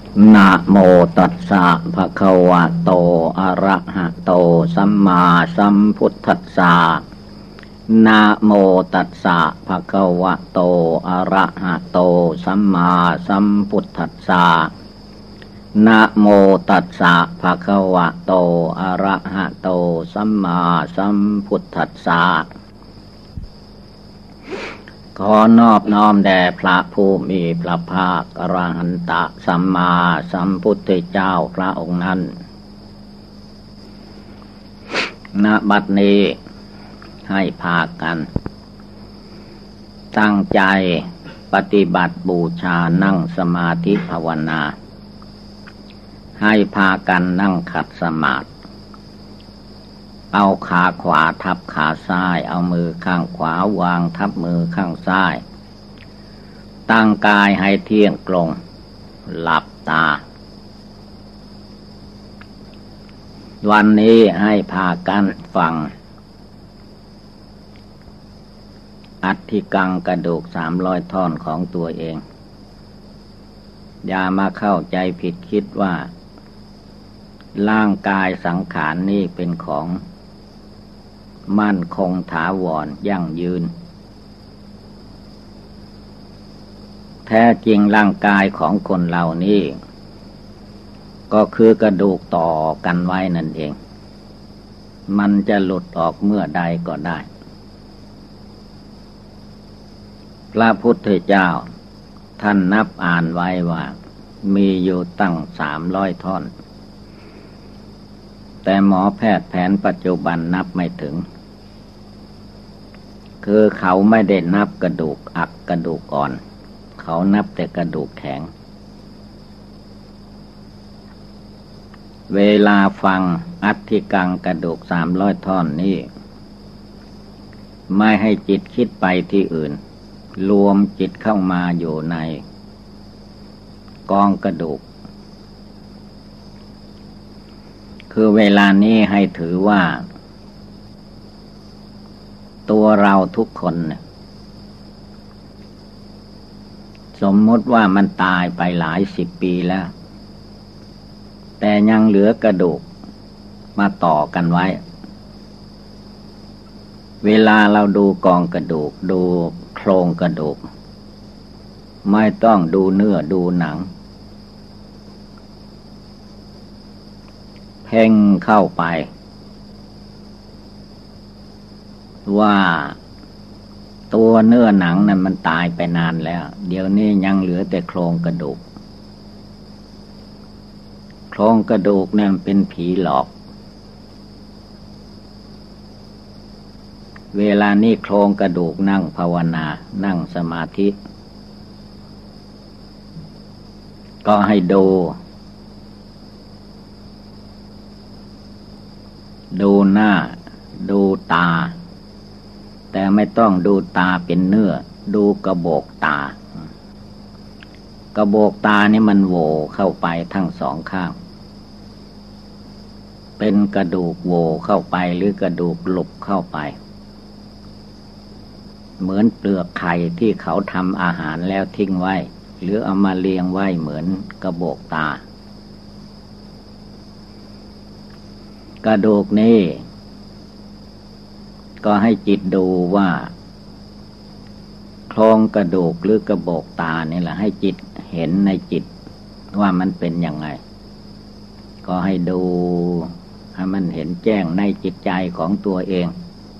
นะโมตัสสะภะคะวะโตอะระหะโตสัมมาสัมพุทธัสสะนะโมตัสสะภะคะวะโตอะระหะโตสัมมาสัมพุทธัสสะนะโมตัสสะภะคะวะโตอะระหะโตสัมมาสัมพุทธัสสะขอนอบน้อมแด่พระผู้มีพระภาคอรหันตสัมมาสัมพุทธเจ้าพระองค์นั้นณบัดนี้ให้พากันตั้งใจปฏิบัติบูชานั่งสมาธิภาวนาให้พากันนั่งขัดสมาธิเอาขาขวาทับขาซ้ายเอามือข้างขวาวางทับมือข้างซ้ายตั้งกายให้เที่ยงตรงหลับตาวันนี้ให้พากันฟังอัฐิกังกระดูก300 ท่อนของตัวเองอย่ามาเข้าใจผิดคิดว่าร่างกายสังขารนี่เป็นของมั่นคงถาวรยั่งยืนแท้จริงร่างกายของคนเรานี่ก็คือกระดูกต่อกันไว้นั่นเองมันจะหลุดออกเมื่อใดก็ได้พระพุทธเจ้าท่านนับอ่านไว้ว่ามีอยู่ตั้ง300 ท่อนแต่หมอแพทย์แผนปัจจุบันนับไม่ถึงคือเขาไม่ได้นับกระดูกอักกระดูกอ่อนเขานับแต่กระดูกแข็งเวลาฟังอัฐิกังกระดูก300 ท่อนนี้ไม่ให้จิตคิดไปที่อื่นรวมจิตเข้ามาอยู่ในกองกระดูกคือเวลานี้ให้ถือว่าตัวเราทุกคนสมมติว่ามันตายไปหลาย10 ปีแล้วแต่ยังเหลือกระดูกมาต่อกันไว้เวลาเราดูกองกระดูกดูโครงกระดูกไม่ต้องดูเนื้อดูหนังเพ่งเข้าไปว่าตัวเนื้อหนังนั้นมันตายไปนานแล้วเดี๋ยวนี้ยังเหลือแต่โครงกระดูกโครงกระดูกนั้นเป็นผีหลอกเวลานี้โครงกระดูกนั่งภาวนานั่งสมาธิก็ให้ดูหน้าดูตาแต่ไม่ต้องดูตาเป็นเนื้อดูกระโบอกตากระโบอกตานี่มันโหว่เข้าไปทั้งสองข้างเป็นกระดูกโหว่เข้าไปหรือกระดูกหลุบเข้าไปเหมือนเปลือกไข่ที่เขาทำอาหารแล้วทิ้งไว้หรือเอามาเรียงไว้เหมือนกระโบอกตากระดูกนี้ก็ให้จิตดูว่าโครงกระดูกหรือกระโบอกตานี่แหละให้จิตเห็นในจิตว่ามันเป็นยังไงก็ให้ดูให้มันเห็นแจ้งในจิตใจของตัวเอง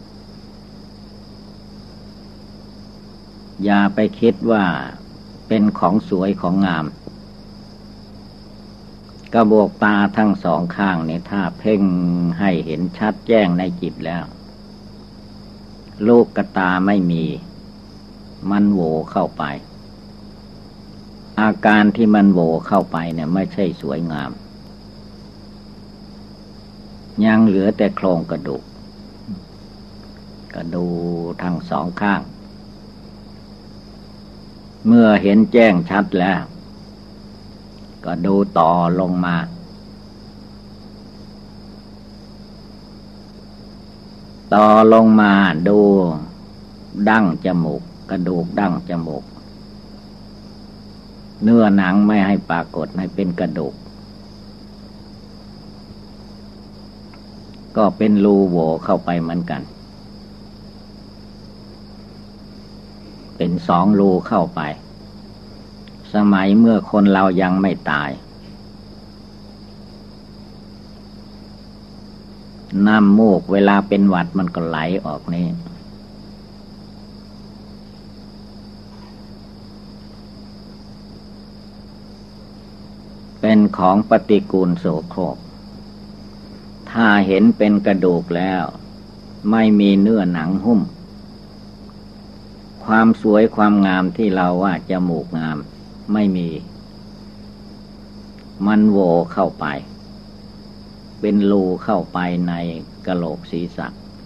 อย่าไปคิดว่าเป็นของสวยของงามกระโบอกตาทั้งสองข้างนี่ถ้าเพ่งให้เห็นชัดแจ้งในจิตแล้วลูกกตาไม่มีมันโหว่เข้าไปอาการที่มันโหว่เข้าไปเนี่ยไม่ใช่สวยงามยังเหลือแต่โครงกระดูกทั้งสองข้างเมื่อเห็นแจ้งชัดแล้วก็ดูต่อลงมาดูดั้งจมูกกระดูกดั้งจมูกเนื้อหนังไม่ให้ปรากฏให้เป็นกระดูกก็เป็นรูโหว่เข้าไปเหมือนกันเป็นสองรูเข้าไปสมัยเมื่อคนเรายังไม่ตายน้ำมูกเวลาเป็นหวัดมันก็ไหลออกนี่เป็นของปฏิกูลโสโครกถ้าเห็นเป็นกระดูกแล้วไม่มีเนื้อหนังหุ้มความสวยความงามที่เราว่าจมูกงามไม่มีมันโหว่เข้าไปเป็นรูเข้าไปในกะโหลกศีรษะ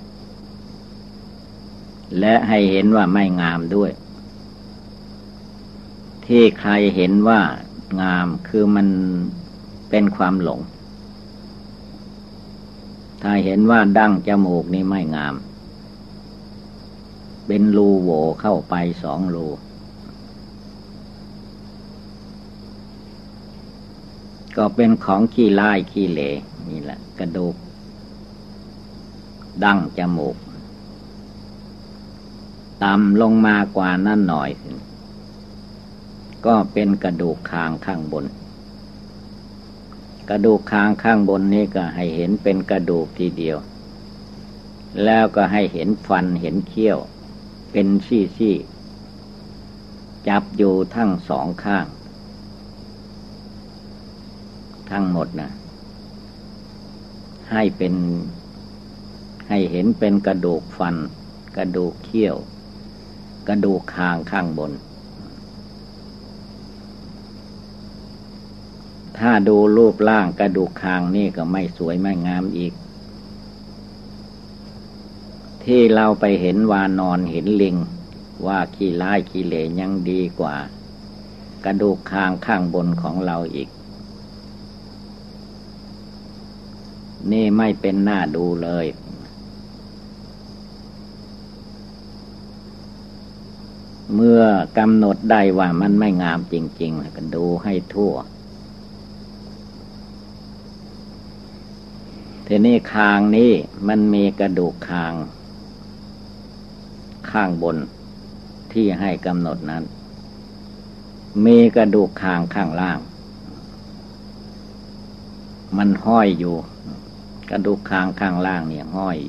และให้เห็นว่าไม่งามด้วยที่ใครเห็นว่างามคือมันเป็นความหลงถ้าเห็นว่าดั้งจมูกนี่ไม่งามเป็นรูโหว่เข้าไปสองรูก็เป็นของขี้ร้ายขี้เหร่นี่แหละกระดูกดั้งจมูกต่ำลงมากว่านั่นหน่อยก็เป็นกระดูกคางข้างบนกระดูกคางข้างบนนี้ก็ให้เห็นเป็นกระดูกทีเดียวแล้วก็ให้เห็นฟันเห็นเขี้ยวเป็นซี่ๆจับอยู่ทั้งสองข้างทั้งหมดนะให้เห็นเป็นกระดูกฟันกระดูกเขี้ยวกระดูกคางข้างบนถ้าดูรูปร่างกระดูกคางนี่ก็ไม่สวยไม่งามอีกที่เราไปเห็นวานอนเห็นลิงว่าขี้ร้ายขี้เหร่ยังดีกว่ากระดูกคางข้างบนของเราอีกนี่ไม่เป็นหน้าดูเลยเมื่อกำหนดได้ว่ามันไม่งามจริงๆก็ดูให้ทั่วทีนี้คางนี้มันมีกระดูกคางข้างบนที่ให้กำหนดนั้นมีกระดูกคางข้างล่างมันห้อยอยู่กระดูกคางข้างล่างเนี่ยห้อย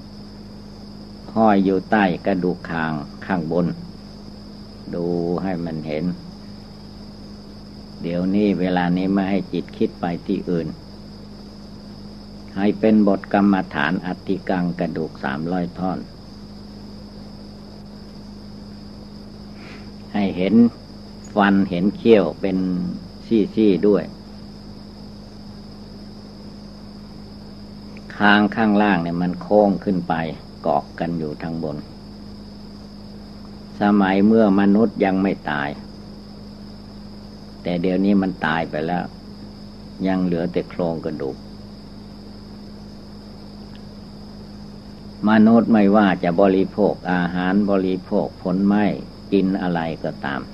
อยู่ใต้กระดูกคางข้างบนดูให้มันเห็นเดี๋ยวนี้เวลานี้ไม่ให้จิตคิดไปที่อื่นให้เป็นบทกรรมฐานอธิกังกระดูก300 ท่อนให้เห็นฟันเห็นเขี้ยวเป็นซี่ๆด้วยคางข้างล่างเนี่ยมันโค้งขึ้นไปเกาะกันอยู่ทางบนสมัยเมื่อมนุษย์ยังไม่ตายแต่เดี๋ยวนี้มันตายไปแล้วยังเหลือแต่โครงกระดูกมนุษย์ไม่ว่าจะบริโภคอาหารบริโภคผลไม้กินอะไรก็ตาม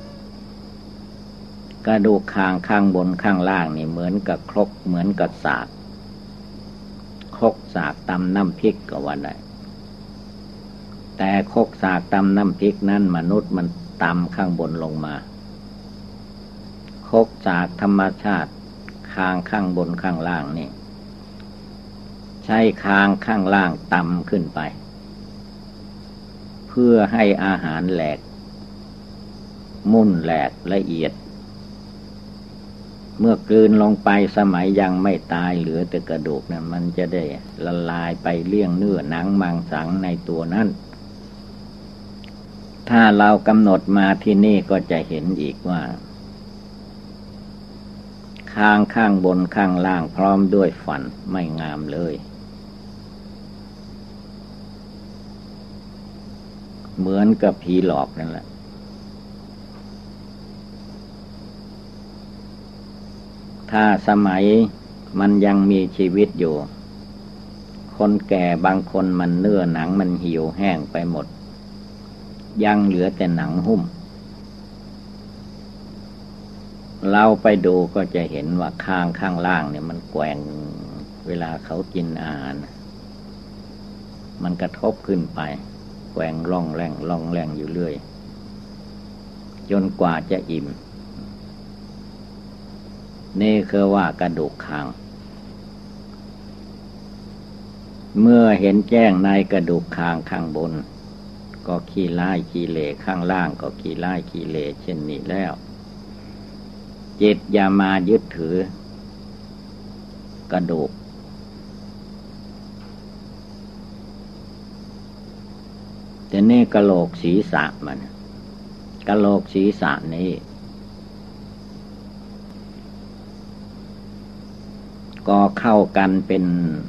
กระดูกคางข้างบนข้างล่างนี่เหมือนกับครกเหมือนกับสากครกสากตำน้ำพริกก็ว่าได้แต่ครกสากตำน้ำพริกนั้นมนุษย์มันตำข้างบนลงมาครกสากธรรมชาติคางข้างบนข้างล่างนี่ใช้คางข้างล่างตำขึ้นไปเพื่อให้อาหารแหลกมุ่นแหลกละเอียดเมื่อกลืนลงไปสมัยยังไม่ตายเหลือแต่กระดูกนะมันจะได้ละลายไปเลี่ยงเนื้อหนังมังสังในตัวนั้นถ้าเรากำหนดมาที่นี่ก็จะเห็นอีกว่าคางข้างบนข้างล่างพร้อมด้วยฟันไม่งามเลยเหมือนกับผีหลอกนั่นแหละถ้าสมัยมันยังมีชีวิตอยู่คนแก่บางคนมันเนื้อหนังมันเหี่ยวแห้งไปหมดยังเหลือแต่หนังหุ้มเราไปดูก็จะเห็นว่าข้างล่างเนี่ยมันแกว่งเวลาเขากินอาหารมันกระทบขึ้นไปแกว่งล่องแรงอยู่เรื่อยจนกว่าจะอิ่มนี่คือว่ากระดูกคางเมื่อเห็นแจ้งในกระดูกคางข้างบนก็ขี้ร้ายขี้เหร่ข้างล่างก็ขี้ร้ายขี้เหร่เช่นนี้แล้วจิตอย่ามายึดถือกระดูกแต่นี่กะโหลกศีรษะมันกะโหลกศีรษะนี้ก็เข้ากันเป็น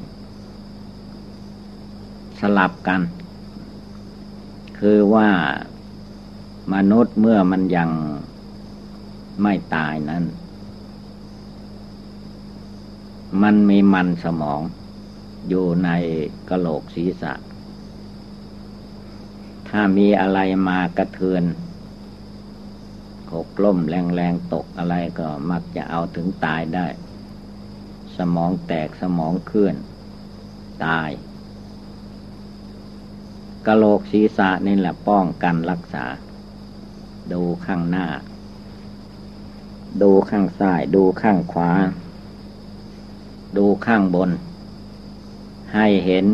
สลับกันคือว่ามนุษย์เมื่อมันยังไม่ตายนั้นมันมีมันสมองอยู่ในกะโหลกศีรษะถ้ามีอะไรมากระเทือนหกล้มแรงตกอะไรก็มักจะเอาถึงตายได้สมองแตกสมองเคลื่อนตายกะโหลกศีรษะนี่แหละป้องกันรักษาดูข้างหน้าดูข้างซ้ายดูข้างขวาดูข้างบนให้เห็น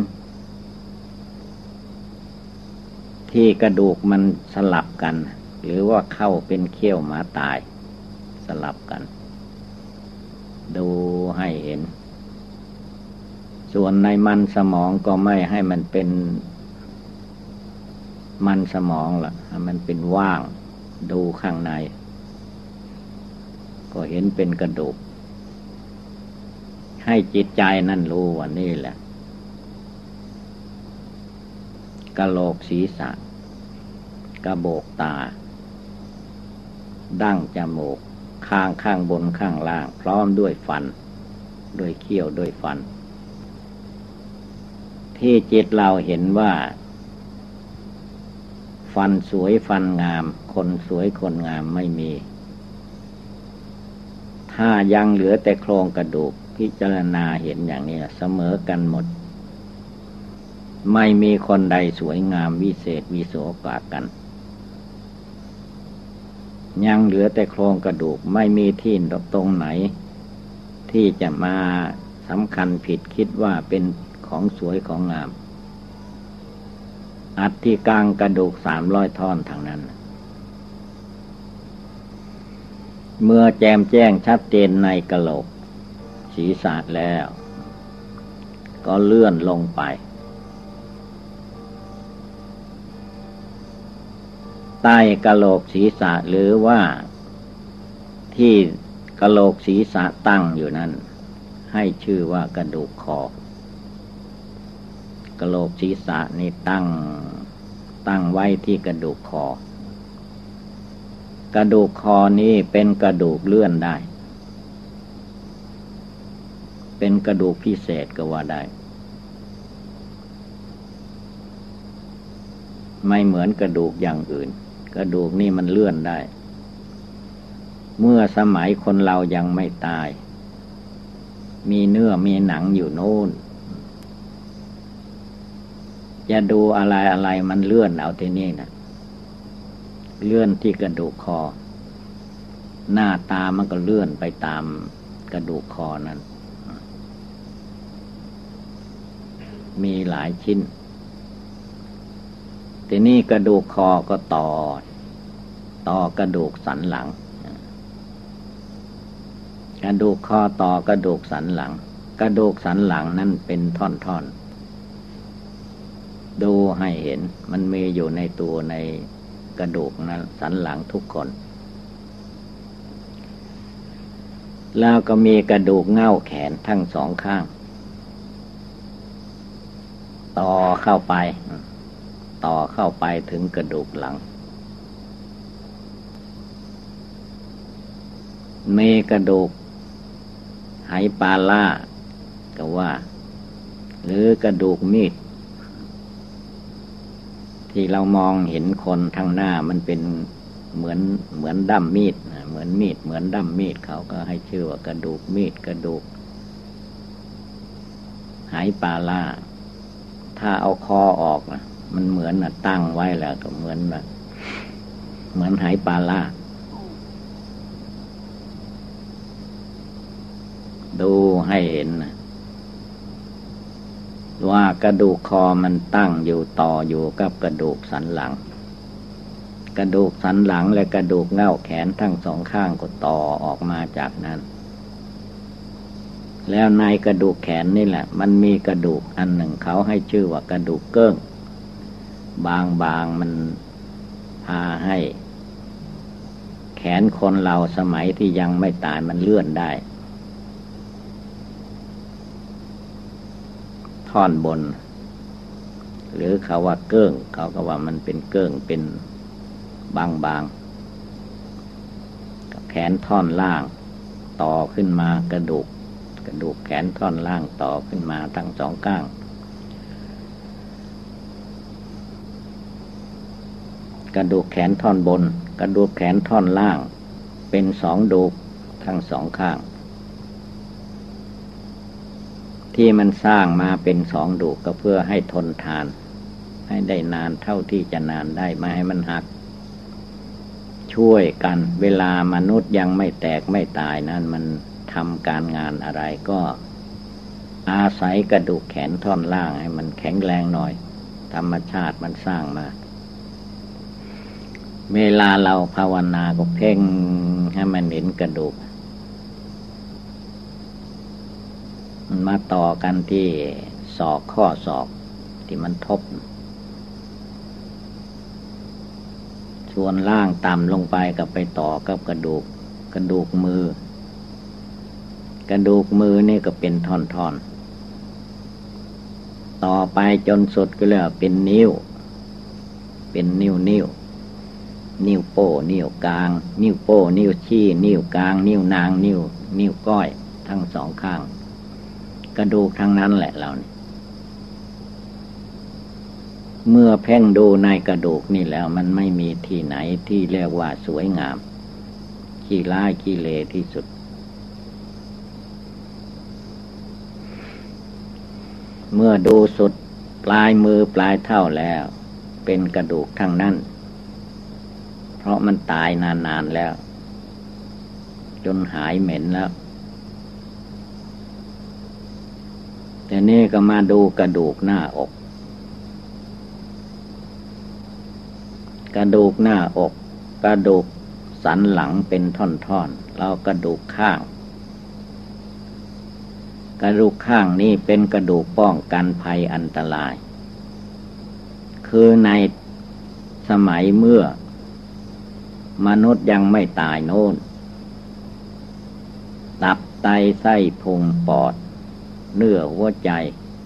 ที่กระดูกมันสลับกันหรือว่าเข้าเป็นเขี้ยวหมาตายสลับกันดูให้เห็นส่วนในมันสมองก็ไม่ให้มันเป็นมันสมองล่ะให้มันเป็นว่างดูข้างในก็เห็นเป็นกระดูกให้จิตใจนั่นรู้ว่านี่แหละกะโหลกศีรษะกระโบกตาดั้งจมูกข้างบนข้างล่างพร้อมด้วยฟันด้วยเขี้ยวด้วยฟันที่จิตเราเห็นว่าฟันสวยฟันงามคนสวยคนงามไม่มีถ้ายังเหลือแต่โครงกระดูกพิจารณาเห็นอย่างนี้เสมอกันหมดไม่มีคนใดสวยงามวิเศษวิโสกว่ากันยังเหลือแต่โครงกระดูกไม่มีที่ตรงไหนที่จะมาสำคัญผิดคิดว่าเป็นของสวยของงามอัฐิกลางกระดูก300 ท่อนทางนั้นเมื่อแจมแจ้งชัดเจนในกะโหลกศีรษะแล้วก็เลื่อนลงไปใต้กะโหลกศีรษะหรือว่าที่กะโหลกศีรษะตั้งอยู่นั้นให้ชื่อว่ากระดูกคอกะโหลกศีรษะนี่ตั้งไว้ที่กระดูกคอกระดูกคอนี้เป็นกระดูกเลื่อนได้เป็นกระดูกพิเศษก็ว่าได้ไม่เหมือนกระดูกอย่างอื่นกระดูกนี่มันเลื่อนได้เมื่อสมัยคนเรายังไม่ตายมีเนื้อมีหนังอยู่โน่นจะดูอะไรมันเลื่อนเอาที่นี่นะเลื่อนที่กระดูกคอหน้าตามันก็เลื่อนไปตามกระดูกคอนั้นมีหลายชิ้นทีนี้กระดูกคอก็ต่อกระดูกสันหลังกระดูกคอต่อกระดูกสันหลังกระดูกสันหลังนั่นเป็นท่อนๆดูให้เห็นมันมีอยู่ในตัวในกระดูกนั้นสันหลังทุกคนแล้วก็มีกระดูกเง่าแขนทั้งสองข้างต่อเข้าไปถึงกระดูกหลังมีกระดูกไหปลาล่าก็ว่าหรือกระดูกมีดที่เรามองเห็นคนทางหน้ามันเป็นเหมือนด้ามมีดเหมือนมีดเหมือนด้ามมีดเขาก็ให้ชื่อว่ากระดูกมีดกระดูกหายปลาล่าถ้าเอาคอออกมันเหมือนตั้งไว้แล้วก็เหมือนหายปลาล่าดูให้เห็นว่ากระดูกคอมันตั้งอยู่ต่ออยู่กับกระดูกสันหลังกระดูกสันหลังและกระดูกเง่าแขนทั้งสองข้างก็ต่อออกมาจากนั้นแล้วในกระดูกแขนนี่แหละมันมีกระดูกอันหนึ่งเขาให้ชื่อว่ากระดูกเกิ้งบางมันพาให้แขนคนเราสมัยที่ยังไม่ตายมันเลื่อนได้ท่อนบนหรือเขาว่าเกิ้งเขาก็ว่ามันเป็นเกิ้งเป็นบางแขนท่อนล่างต่อขึ้นมากระดูกแขนท่อนล่างต่อขึ้นมาทั้งสองข้างกระดูกแขนท่อนบนกระดูกแขนท่อนล่างเป็นสองดูกทั้งสองข้างที่มันสร้างมาเป็นสองดูกก็เพื่อให้ทนทานให้ได้นานเท่าที่จะนานได้ไม่ให้มันหักช่วยกันเวลามนุษย์ยังไม่แตกไม่ตายนั้นมันทำการงานอะไรก็อาศัยกระดูกแขนท่อนล่างให้มันแข็งแรงหน่อยธรรมชาติมันสร้างมาเวลาเราภาวนาก็เพ่งให้มันเห็นกระดูกมันมาต่อกันที่ศอกข้อศอกที่มันทบส่วนล่างต่ำลงไปก็ไปต่อกับกระดูกมือกระดูกมือนี่ก็เป็นท่อนๆต่อไปจนสุดก็เรียกว่าเป็นนิ้วนิ้วโป้นิ้วกลางนิ้วโป้นิ้วชี้นิ้วกลางนิ้วนางนิ้วก้อยทั้งสองข้างกระดูกทั้งนั้นแหละเรานี่เมื่อเพ่งดูในกระดูกนี่แล้วมันไม่มีที่ไหนที่เรียกว่าสวยงามขี้ร้ายขี้เลที่สุดเมื่อดูสุดปลายมือปลายเท้าแล้วเป็นกระดูกทั้งนั้นเพราะมันตายนานๆแล้วจนหายเหม็นแล้วแต่นี่ก็มาดูกระดูกหน้าอกกระดูกหน้าอกกระดูกสันหลังเป็นท่อนๆแล้วกระดูกข้างนี้เป็นกระดูกป้องกันภัยอันตรายคือในสมัยเมื่อมนุษย์ยังไม่ตายโน่นตับไตไส้พุงปอดเนื้อหัวใจ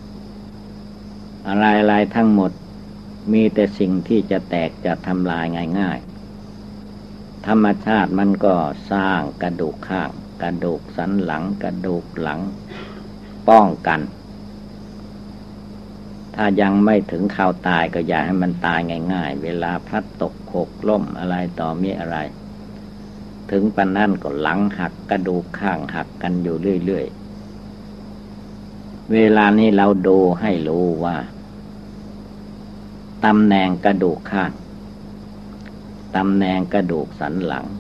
อะไรๆทั้งหมดมีแต่สิ่งที่จะแตกจะทำลายง่ายๆธรรมชาติมันก็สร้างกระดูกข้างกระดูกสันหลังกระดูกหลังป้องกันถ้ายังไม่ถึงข่าวตายก็อย่าให้มันตายง่ายๆเวลาพลัดตกหกล้มอะไรต่อมีอะไรถึงปานนั้นก็หลังหักกระดูกข้างหักกันอยู่เรื่อยๆเวลานี้เราดูให้รู้ว่าตำแหน่งกระดูกข้างตำแหน่งกระดูกสันหลัง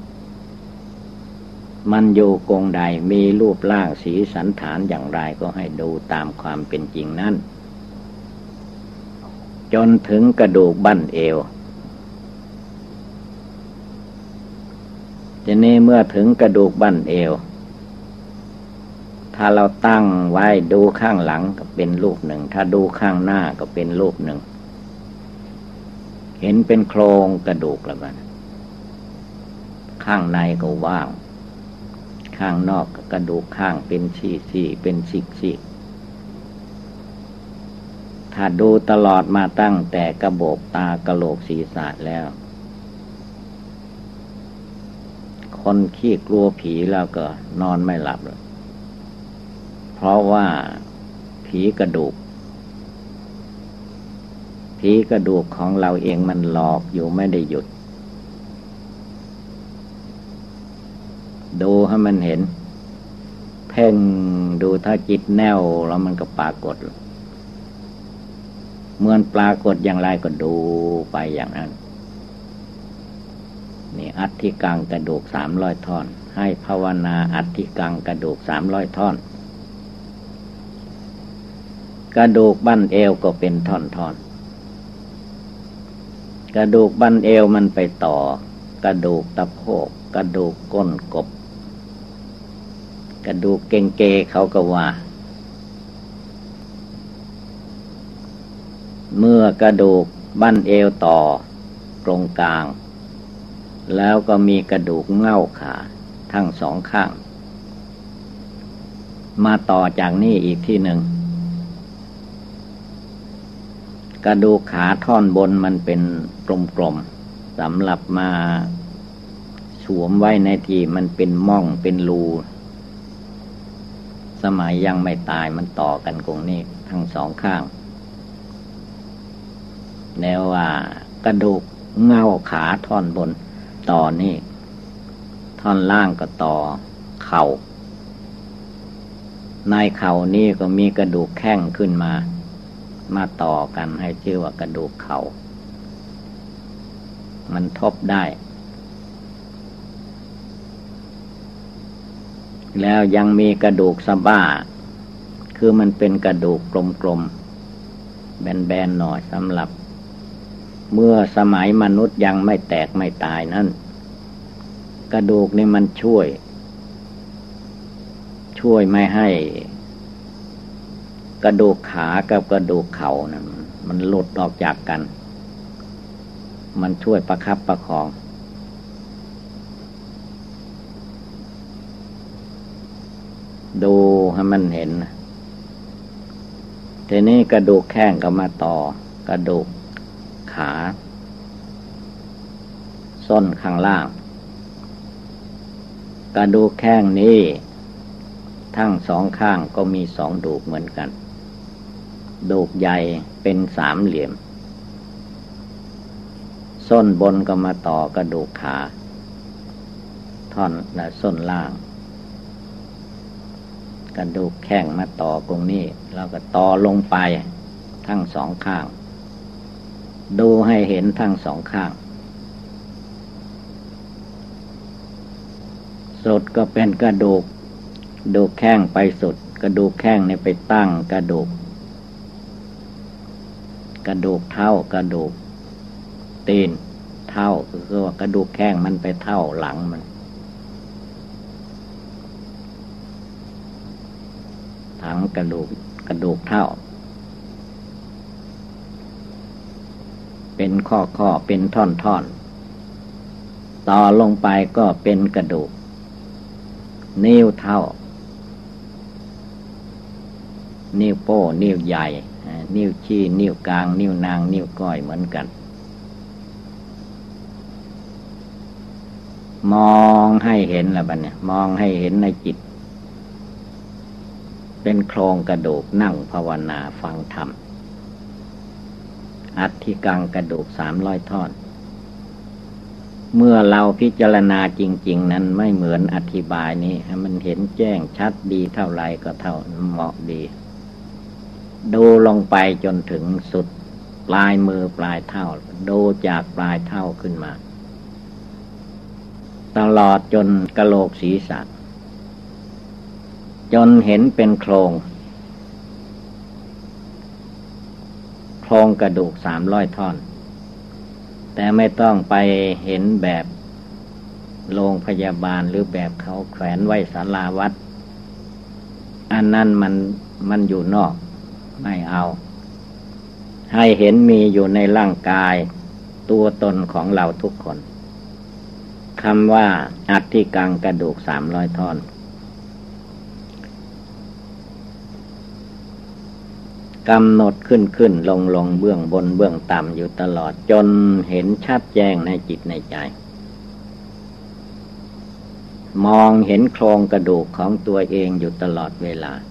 มันอยู่กงใดมีรูปร่างสีสันฐานอย่างไรก็ให้ดูตามความเป็นจริงนั้นจนถึงกระดูกบั้นเอวทีนี้เมื่อถึงกระดูกบั้นเอวถ้าเราตั้งไว้ดูข้างหลังก็เป็นรูปหนึ่งถ้าดูข้างหน้าก็เป็นรูปหนึ่งเห็นเป็นโครงกระดูกแล้วมันข้างในก็ว่างข้างนอกก็กระดูกข้างเป็นซี่ๆเป็นซีกๆถ้าดูตลอดมาตั้งแต่กระโบกตากระโหลกศีรษะแล้วคนขี้กลัวผีแล้วก็นอนไม่หลับเลยเพราะว่าผีกระดูกของเราเองมันหลอกอยู่ไม่ได้หยุดดูให้มันเห็นเพ่งดูถ้าจิตแน่วแล้วมันก็ปรากฏเมื่อปรากฏอย่างไรก็ดูไปอย่างนั้นนี่อัฐิกังกระดูก300 ท่อนให้ภาวนาอัฐิกังกระดูก300 ท่อนกระดูกบั้นเอวก็เป็นท่อนๆกระดูกบั้นเอวมันไปต่อกระดูกตะโพกกระดูกก้นกบกระดูกเก่งเกเขาก็ว่าเมื่อกระดูกบั้นเอวต่อตรงกลางแล้วก็มีกระดูกเง่าขาทั้งสองข้างมาต่อจากนี้อีกที่หนึ่งกระดูกขาท่อนบนมันเป็นกลมๆสำหรับมาสวมไว้ในที่มันเป็นม่องเป็นรูสมัยยังไม่ตายมันต่อกันตรงนี้ทั้งสองข้างแนวว่ากระดูกเง่าขาท่อนบนต่อนี่ท่อนล่างก็ต่อเข่าในเข่านี่ก็มีกระดูกแข้งขึ้นมาต่อกันให้ชื่อว่ากระดูกเข่ามันทบได้แล้วยังมีกระดูกสะบ้าคือมันเป็นกระดูกกลมๆแบนๆหน่อยสำหรับเมื่อสมัยมนุษย์ยังไม่แตกไม่ตายนั่นกระดูกนี่มันช่วยไม่ให้กระดูกขากับกระดูกเข่านะมันหลุดออกจากกันมันช่วยประคับประคองดูให้มันเห็นทีนี้กระดูกแข้งก็มาต่อกระดูกขาส้นข้างล่างกระดูกแข้งนี้ทั้งสองข้างก็มี2 ดูกเหมือนกันดูกใหญ่เป็น3 เหลี่ยมส้นบนก็มาต่อกระดูกขาท่อนและส้นล่างกระดูกแข้งมาต่อตรงนี้แล้วก็ต่อลงไปทั้ง2 ข้างดูให้เห็นทั้ง2 ข้างสุดก็เป็นกระดูกแข้งไปสุดกระดูกแข้งเนี่ยไปตั้งกระดูกเท้ากระดูกตีนเท้าคือว่ากระดูกแข้งมันไปเท้าหลังมันทั้งกระดูกเท้าเป็นข้อเป็นท่อนต่อลงไปก็เป็นกระดูกนิ้วเท้านิ้วโป้นิ้วใหญ่นิ้วชี้นิ้วกลางนิ้วนางนิ้วก้อยเหมือนกันมองให้เห็นละบัดเนี่ยมองให้เห็นในจิตเป็นโครงกระดูกนั่งภาวนาฟังธรรมอัฐิกังกระดูก300 ท่อนเมื่อเราพิจารณาจริงๆนั้นไม่เหมือนอธิบายนี้ให้มันเห็นแจ้งชัดดีเท่าไรก็เท่าเหมาะดีดูลงไปจนถึงสุดปลายมือปลายเท้าดูจากปลายเท้าขึ้นมาตลอดจนกะโหลกศีรษะจนเห็นเป็นโครงกระดูก300 ท่อนแต่ไม่ต้องไปเห็นแบบโรงพยาบาลหรือแบบเขาแขวนไว้ศาลาวัดอันนั้นมันอยู่นอกไม่เอาให้เห็นมีอยู่ในร่างกายตัวตนของเราทุกคนคำว่าอัฐิกังกระดูก300 ท่อนกำหนดขึ้นลงเบื้องบนเบื้องต่ำอยู่ตลอดจนเห็นชัดแจ้งในจิตในใจมองเห็นโครงกระดูกของตัวเองอยู่ตลอดเวลา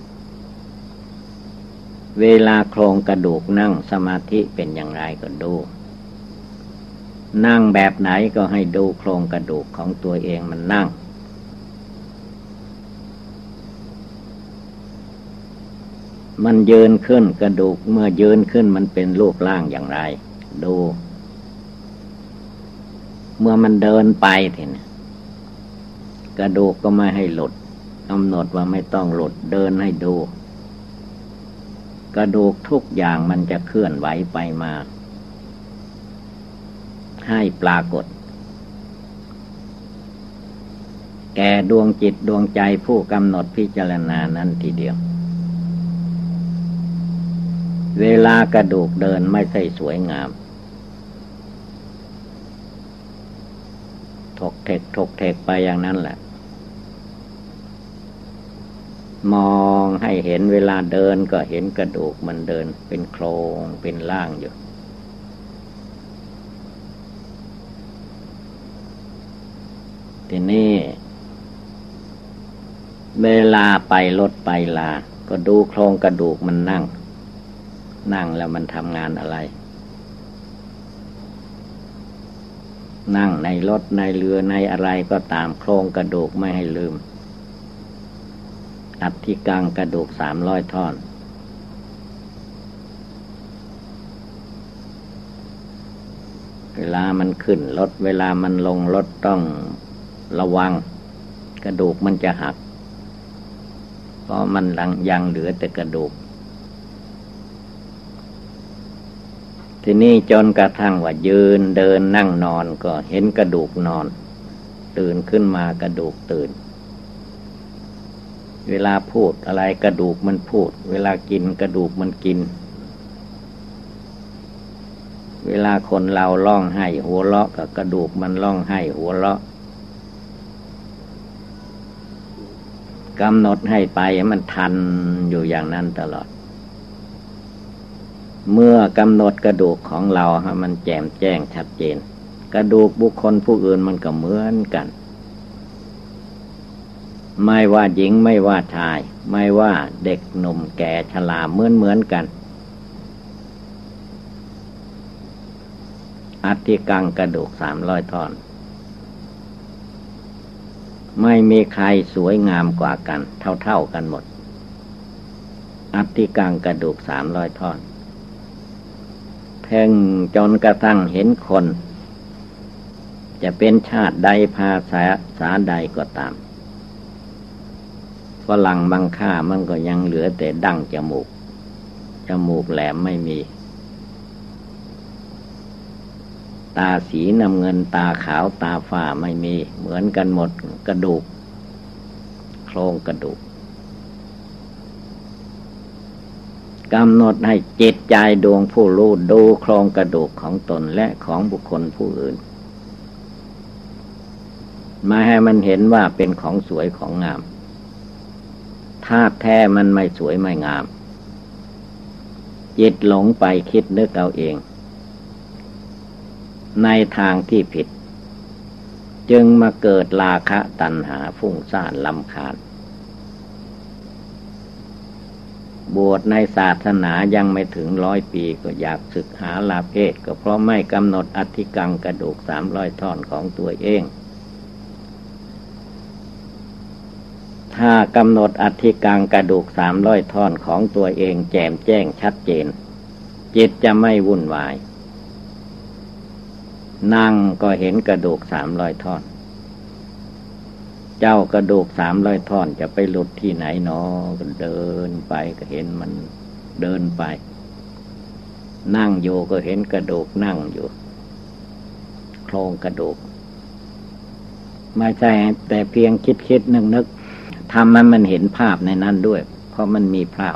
โครงกระดูกนั่งสมาธิเป็นอย่างไรก็ดูนั่งแบบไหนก็ให้ดูโครงกระดูกของตัวเองมันนั่งมันยืนขึ้นกระดูกเมื่อยืนขึ้นมันเป็นรูปร่างอย่างไรดูเมื่อมันเดินไปทีนี้กระดูกก็ไม่ให้หลุดกำหนดว่าไม่ต้องหลุดเดินให้ดูกระดูกทุกอย่างมันจะเคลื่อนไหวไปมาให้ปรากฏแก่ดวงจิตดวงใจผู้กำหนดพิจารณานั้นทีเดียวเวลากระดูกเดินไม่ใช่สวยงามถกเถกไปอย่างนั้นแหละมองให้เห็นเวลาเดินก็เห็นกระดูกมันเดินเป็นโครงเป็นร่างอยู่ทีนี้เวลาไปรถไปลาก็ดูโครงกระดูกมันนั่งแล้วมันทำงานอะไรนั่งในรถในเรือในอะไรก็ตามโครงกระดูกไม่ให้ลืมอัฐิกังกระดูก300 ท่อนเวลามันขึ้นรถเวลามันลงรถต้องระวังกระดูกมันจะหักเพราะมันยังเหลือแต่กระดูกทีนี้จนกระทั่งว่ายืนเดินนั่งนอนก็เห็นกระดูกนอนตื่นขึ้นมากระดูกตื่นเวลาพูดอะไรกระดูกมันพูดเวลากินกระดูกมันกินเวลาคนเราร้องไห้หัวเราะกับกระดูกมันร้องไห้หัวเราะกำหนดให้ไปมันทันอยู่อย่างนั้นตลอดเมื่อกำหนดกระดูกของเราให้มันแจ่มแจ้งชัดเจนกระดูกบุคคลผู้อื่นมันก็เหมือนกันไม่ว่าหญิงไม่ว่าชายไม่ว่าเด็กหนุ่มแก่ชราเหมือนกันอัฐิกังกระดูก300 ท่อนไม่มีใครสวยงามกว่ากันเท่ากันหมดอัฐิกังกระดูก300 ท่อนเพ่งจนกระทั่งเห็นคนจะเป็นชาติใดภาษาใดก็ตามฝรั่งบางค่ามันก็ยังเหลือแต่ดั้งจมูกแหลมไม่มีตาสีน้ำเงินตาขาวตาฟ้าไม่มีเหมือนกันหมดกระดูกโครงกระดูกกำหนดให้จิตใจดวงผู้รู้ดูโครงกระดูกของตนและของบุคคลผู้อื่นมาให้มันเห็นว่าเป็นของสวยของงามธาตุแท้มันไม่สวยไม่งามจิตหลงไปคิดนึกเอาเองในทางที่ผิดจึงมาเกิดราคะตัณหาฟุ้งซ่านรำคาญบวชในศาสนายังไม่ถึง100 ปีก็อยากศึกหาลาเพศก็เพราะไม่กำหนดอัฐิกังกระดูก300 ท่อนของตัวเองถ้ากำหนดอัฐิกังกระดูก300 ท่อนของตัวเองแจ่มแจ้งชัดเจนจิตจะไม่วุ่นวายนั่งก็เห็นกระดูก300 ท่อนเจ้ากระดูก300 ท่อนจะไปหลุดที่ไหนเนาะก็เดินไปก็เห็นมันเดินไปนั่งอยู่ก็เห็นกระดูกนั่งอยู่โครงกระดูกไม่ใช่แต่เพียงคิดนึกทำให้มันเห็นภาพในนั้นด้วยเพราะมันมีภาพ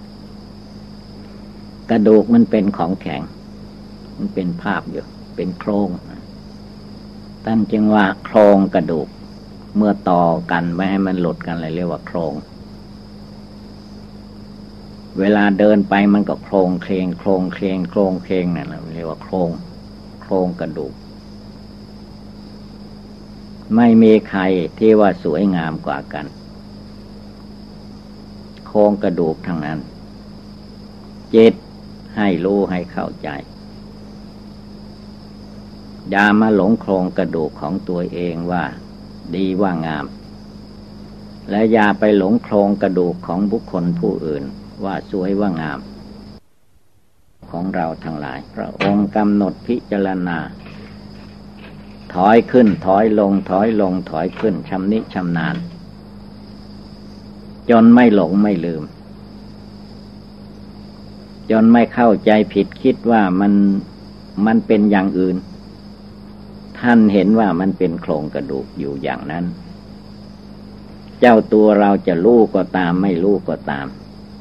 กระดูกมันเป็นของแข็งมันเป็นภาพอยู่เป็นโครงท่านจึงว่าโครงกระดูกเมื่อต่อกันไม่ให้มันหลุดกันเลยเรียกว่าโครงเวลาเดินไปมันก็โครงเคงนั่นแหละเรียกว่าโครงกระดูกไม่มีใครที่ว่าสวยงามกว่ากันโครงกระดูกทั้งนั้นจิตให้รู้ให้เข้าใจอย่ามาหลงโครงกระดูกของตัวเองว่าดีว่างามและอย่าไปหลงโครงกระดูกของบุคคลผู้อื่นว่าสวยว่างามของเราทั้งหลายพระองค์กำหนดพิจารณาถอยขึ้นถอยลงถอยลงถอยขึ้นชำนิชำนาญจนไม่หลงไม่ลืมจนไม่เข้าใจผิดคิดว่ามันเป็นอย่างอื่นท่านเห็นว่ามันเป็นโครงกระดูกอยู่อย่างนั้นเจ้าตัวเราจะรู้ก็ตามไม่รู้ก็ตาม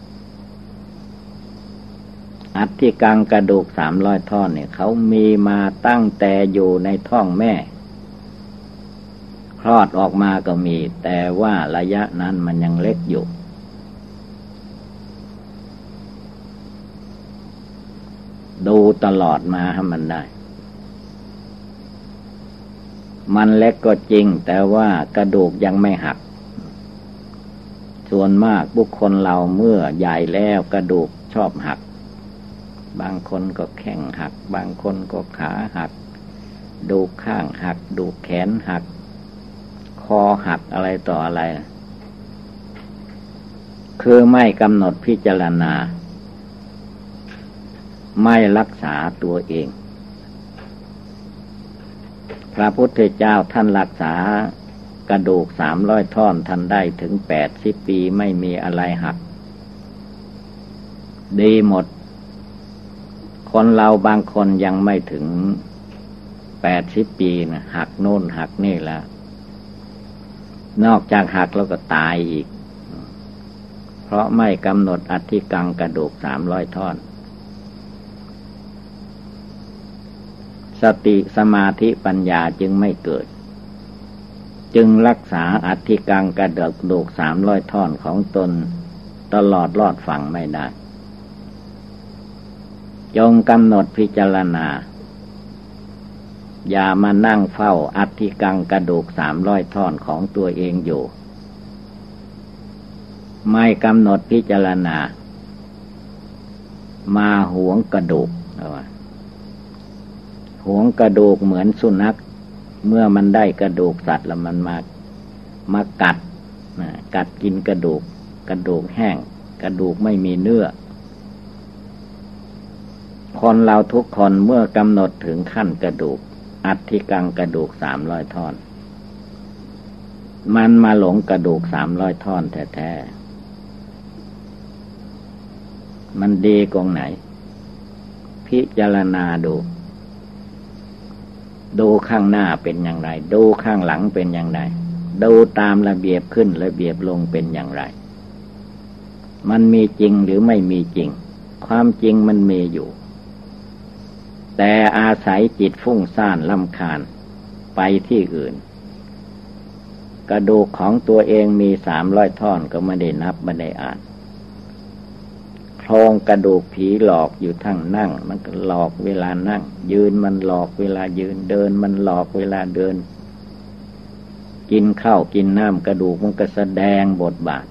อัฐิกังกระดูก300 ท่อนเนี่ยเขามีมาตั้งแต่อยู่ในท้องแม่คลอดออกมาก็มีแต่ว่าระยะนั้นมันยังเล็กอยู่ดูตลอดมาให้มันได้มันเล็กก็จริงแต่ว่ากระดูกยังไม่หักส่วนมากบุคคลเราเมื่อใหญ่แล้วกระดูกชอบหักบางคนก็แข้งหักบางคนก็ขาหักดูข้างหักดูแขนหักคอหักอะไรต่ออะไรคือไม่กำหนดพิจารณาไม่รักษาตัวเองพระพุทธเจ้าท่านรักษากระดูก300 ท่อนท่านได้ถึง80 ปีไม่มีอะไรหักดีหมดคนเราบางคนยังไม่ถึง80 ปีนะหักโน่นหักนี่แล้วนอกจากหักแล้วก็ตายอีกเพราะไม่กำหนดอัฐิกังกระดูก300 ท่อนสติสมาธิปัญญาจึงไม่เกิดจึงรักษาอัฐิกังกระดูก300 ท่อนของตนตลอดรอดฝั่งไม่ได้จงกำหนดพิจารณาอย่ามานั่งเฝ้าอัฐิกังกระดูก300 ท่อนของตัวเองอยู่ไม่กำหนดพิจารณามาหวงกระดูกหวงกระดูกเหมือนสุนัขเมื่อมันได้กระดูกสัตว์แล้วมันมากัดกินกระดูกแห้งกระดูกไม่มีเนื้อคนเราทุกคนเมื่อกำหนดถึงขั้นกระดูกอัฐิกังกระดูก300 ท่อนมันมาหลงกระดูก300 ท่อนแท้ๆมันดีกว่าไหนพิจารณาดูข้างหน้าเป็นอย่างไรดูข้างหลังเป็นอย่างไรดูตามระเบียบขึ้นระเบียบลงเป็นอย่างไรมันมีจริงหรือไม่มีจริงความจริงมันมีอยู่แต่อาศัยจิตฟุ้งซ่านรำคาญไปที่อื่นกระดูกของตัวเองมี300 ท่อนก็ไม่ได้นับไม่ได้อ่านโครงกระดูกผีหลอกอยู่ทั้งนั่งมันก็หลอกเวลานั่งยืนมันหลอกเวลายืนเดินมันหลอกเวลาเดินกินข้าวกินน้ำกระดูกมันก็แสดงบทบาท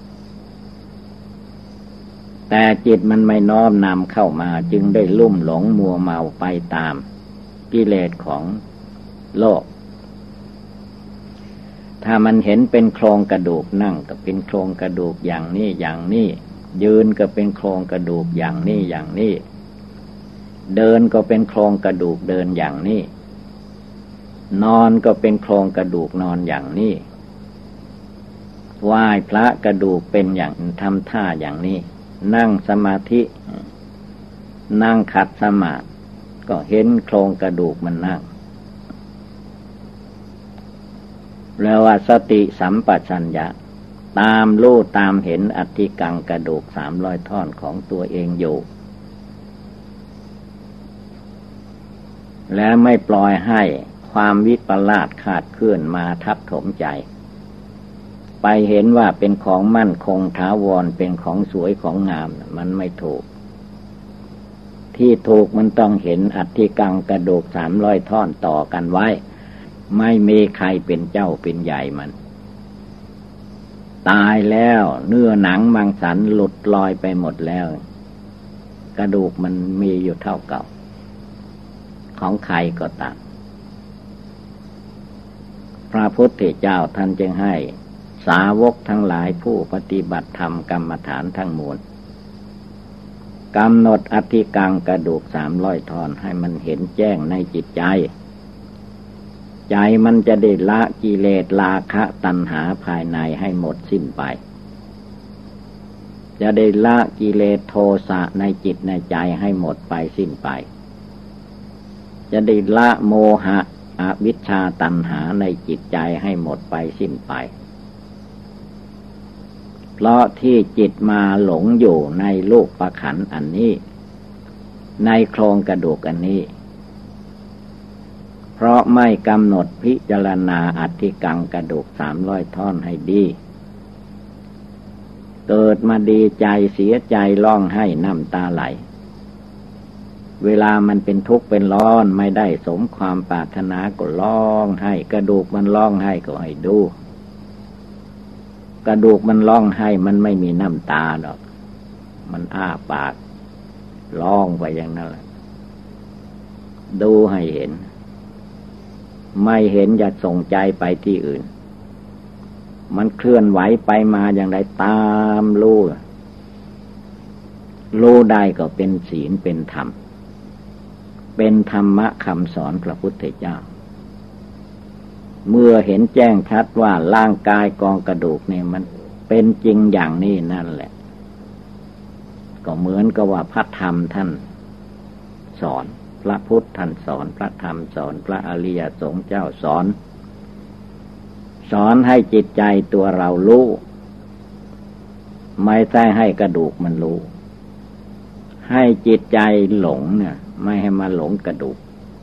แต่จิตมันไม่น้อมนำเข้ามาจึงได้ลุ่มหลงมัวเมาไปตามกิเลสของโลกถ้ามันเห็นเป็นโครงกระดูกนั่งก็เป็นโครงกระดูกอย่างนี้อย่างนี้ยืนก็เป็นโครงกระดูกอย่างนี้อย่างนี้เดินก็เป็นโครงกระดูกเดินอย่างนี้นอนก็เป็นโครงกระดูกนอนอย่างนี้ไหว้พระกระดูกเป็นอย่างทำท่าอย่างนี้นั่งสมาธินั่งขัดสมาธิก็เห็นโครงกระดูกมันนั่งแล้วว่าสติสัมปชัญญะตามรู้ตามเห็นอัฐิกังกระดูก300 ท่อนของตัวเองอยู่และไม่ปล่อยให้ความวิปลาสคาดเคลื่อนมาทับถมใจไปเห็นว่าเป็นของมั่นคงถาวรเป็นของสวยของงามมันไม่ถูกที่ถูกมันต้องเห็นอัฐิกังกระดูก300 ท่อนต่อกันไว้ไม่มีใครเป็นเจ้าเป็นใหญ่มันตายแล้วเนื้อหนังมังสันหลุดลอยไปหมดแล้วกระดูกมันมีอยู่เท่าเก่าของใครก็ตามพระพุทธเจ้าท่านจึงให้สาวกทั้งหลายผู้ปฏิบัติธรรมกรรมฐานทั้งมวลกำหนดอธิกังกระดูก300 ท่อนให้มันเห็นแจ้งในจิตใจ ใจมันจะได้ละกิเลสราคะตัณหาภายในให้หมดสิ้นไปจะได้ละกิเลสโทสะในจิตในใจให้หมดไปสิ้นไปจะได้ละโมหะอวิชชาตัณหาในจิตใจให้หมดไปสิ้นไปเพราะที่จิตมาหลงอยู่ในรูปประขันธ์อันนี้ในโครงกระดูกอันนี้เพราะไม่กำหนดพิจารณาอธิกังกระดูก300 ท่อนให้ดีเกิดมาดีใจเสียใจร้องไห้น้ำตาไหลเวลามันเป็นทุกข์เป็นร้อนไม่ได้สมความปรารถนาก็ร้องไห้กระดูกมันร้องไห้ก็ให้ดูกระดูกมันร้องไห้มันไม่มีน้ำตาหรอกมันอ้าปากร้องไปอย่างนั้นแหละดูให้เห็นไม่เห็นอย่าส่งใจไปที่อื่นมันเคลื่อนไหวไปมาอย่างไรตามรู้ได้ก็เป็นศีลเป็นธรรมเป็นธรรมะคำสอนพระพุทธเจ้าเมื่อเห็นแจ้งชัดว่าร่างกายกองกระดูกเนี่ยมันเป็นจริงอย่างนี้นั่นแหละก็เหมือนกับว่าพระธรรมท่านสอนพระพุทธท่านสอนพระธรรมสอนพระอริยสงฆ์เจ้าสอนให้จิตใจตัวเรารู้ไม่ใช่ให้กระดูกมันรู้ให้จิตใจหลงเนี่ยไม่ให้มาหลงกระดูก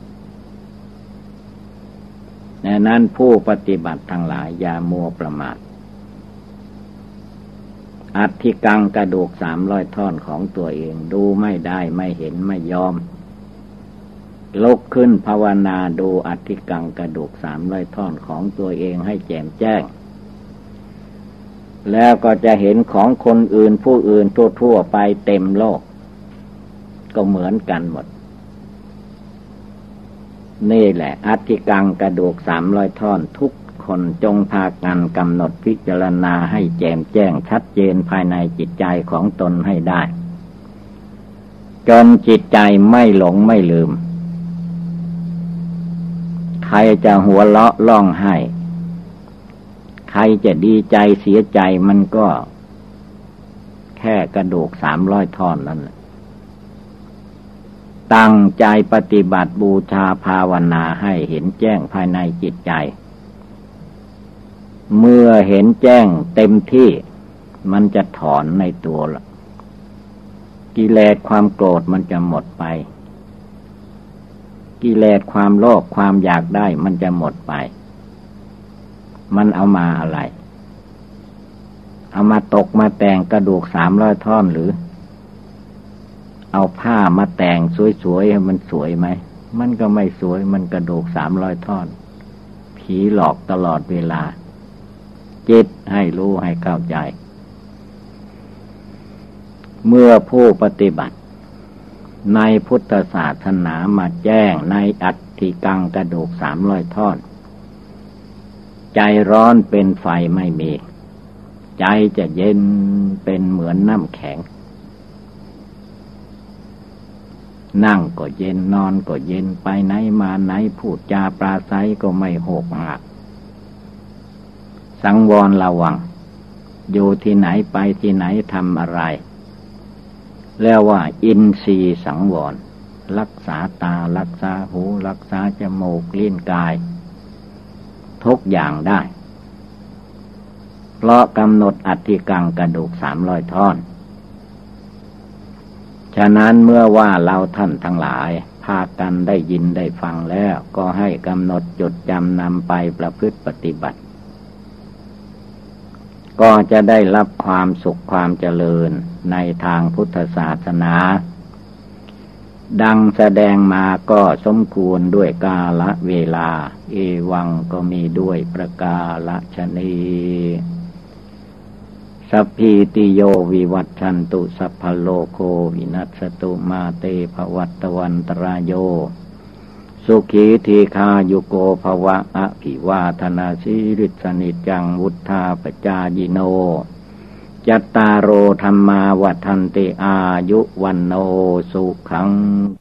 ดังนั้นผู้ปฏิบัติทั้งหลายอย่ามัวประมาทอธิกังกระดูก300 ท่อนของตัวเองดูไม่ได้ไม่เห็นไม่ยอมลุกขึ้นภาวนาดูอธิกังกระดูก300 ท่อนของตัวเองให้แจ่มแจ้งแล้วก็จะเห็นของคนอื่นผู้อื่นทั่วๆไปเต็มโลกก็เหมือนกันหมดนี่แหละอธิกังกระดูก300 ท่อนทุกคนจงพากันกำหนดพิจารณาให้แจ่มแจ้งชัดเจนภายในจิตใจของตนให้ได้จนจิตใจไม่หลงไม่ลืมใครจะหัวเราะร้องไห้ใครจะดีใจเสียใจมันก็แค่กระดูก300 ท่อนนั่นแหละตั้งใจปฏิบัติบูชาภาวนาให้เห็นแจ้งภายในจิตใจเมื่อเห็นแจ้งเต็มที่มันจะถอนในตัวละกิเลสความโกรธมันจะหมดไปกิเลสความโลภความอยากได้มันจะหมดไปมันเอามาอะไรเอามาตกมาแต่งกระดูก300 ท่อนหรือเอาผ้ามาแต่งสวยๆให้มันสวยไหมมันก็ไม่สวยมันกระดูก300 ท่อนผีหลอกตลอดเวลาจิตให้รู้ให้เข้าใจเมื่อผู้ปฏิบัติในพุทธศาสนามาแจ้งในอธิกังกระดูก300 ท่อนใจร้อนเป็นไฟไม่มีใจจะเย็นเป็นเหมือนน้ำแข็งนั่งก็เย็นนอนก็เย็นไปไหนมาไหนพูดจาปราศัยก็ไม่โหกหักสังวรระวังอยู่ที่ไหนไปที่ไหนทำอะไรแล้วว่าอินทรีย์สังวรรักษาตารักษาหูรักษาจมูกลิ้นกายทุกอย่างได้เพราะกำหนดอธิกังกระดูก300 ท่อนฉะนั้นเมื่อว่าเราท่านทั้งหลายพากันได้ยินได้ฟังแล้วก็ให้กำหนดจดจำนำไปประพฤติปฏิบัติก็จะได้รับความสุขความเจริญในทางพุทธศาสนาดังแสดงมาก็สมควรด้วยกาลเวลาเอวังก็มีด้วยประกาศนีสัพพิติโยวิวัชชันตุสัพพโลโควินัสตุมาเตภวัตวันตรายโยสุขีทีคายุโกภวะอภิวาทนาสิริสนิจังวุธาปจายิโนจัตตารโอธรรมาวัฏันติอายุวันโนสุขัง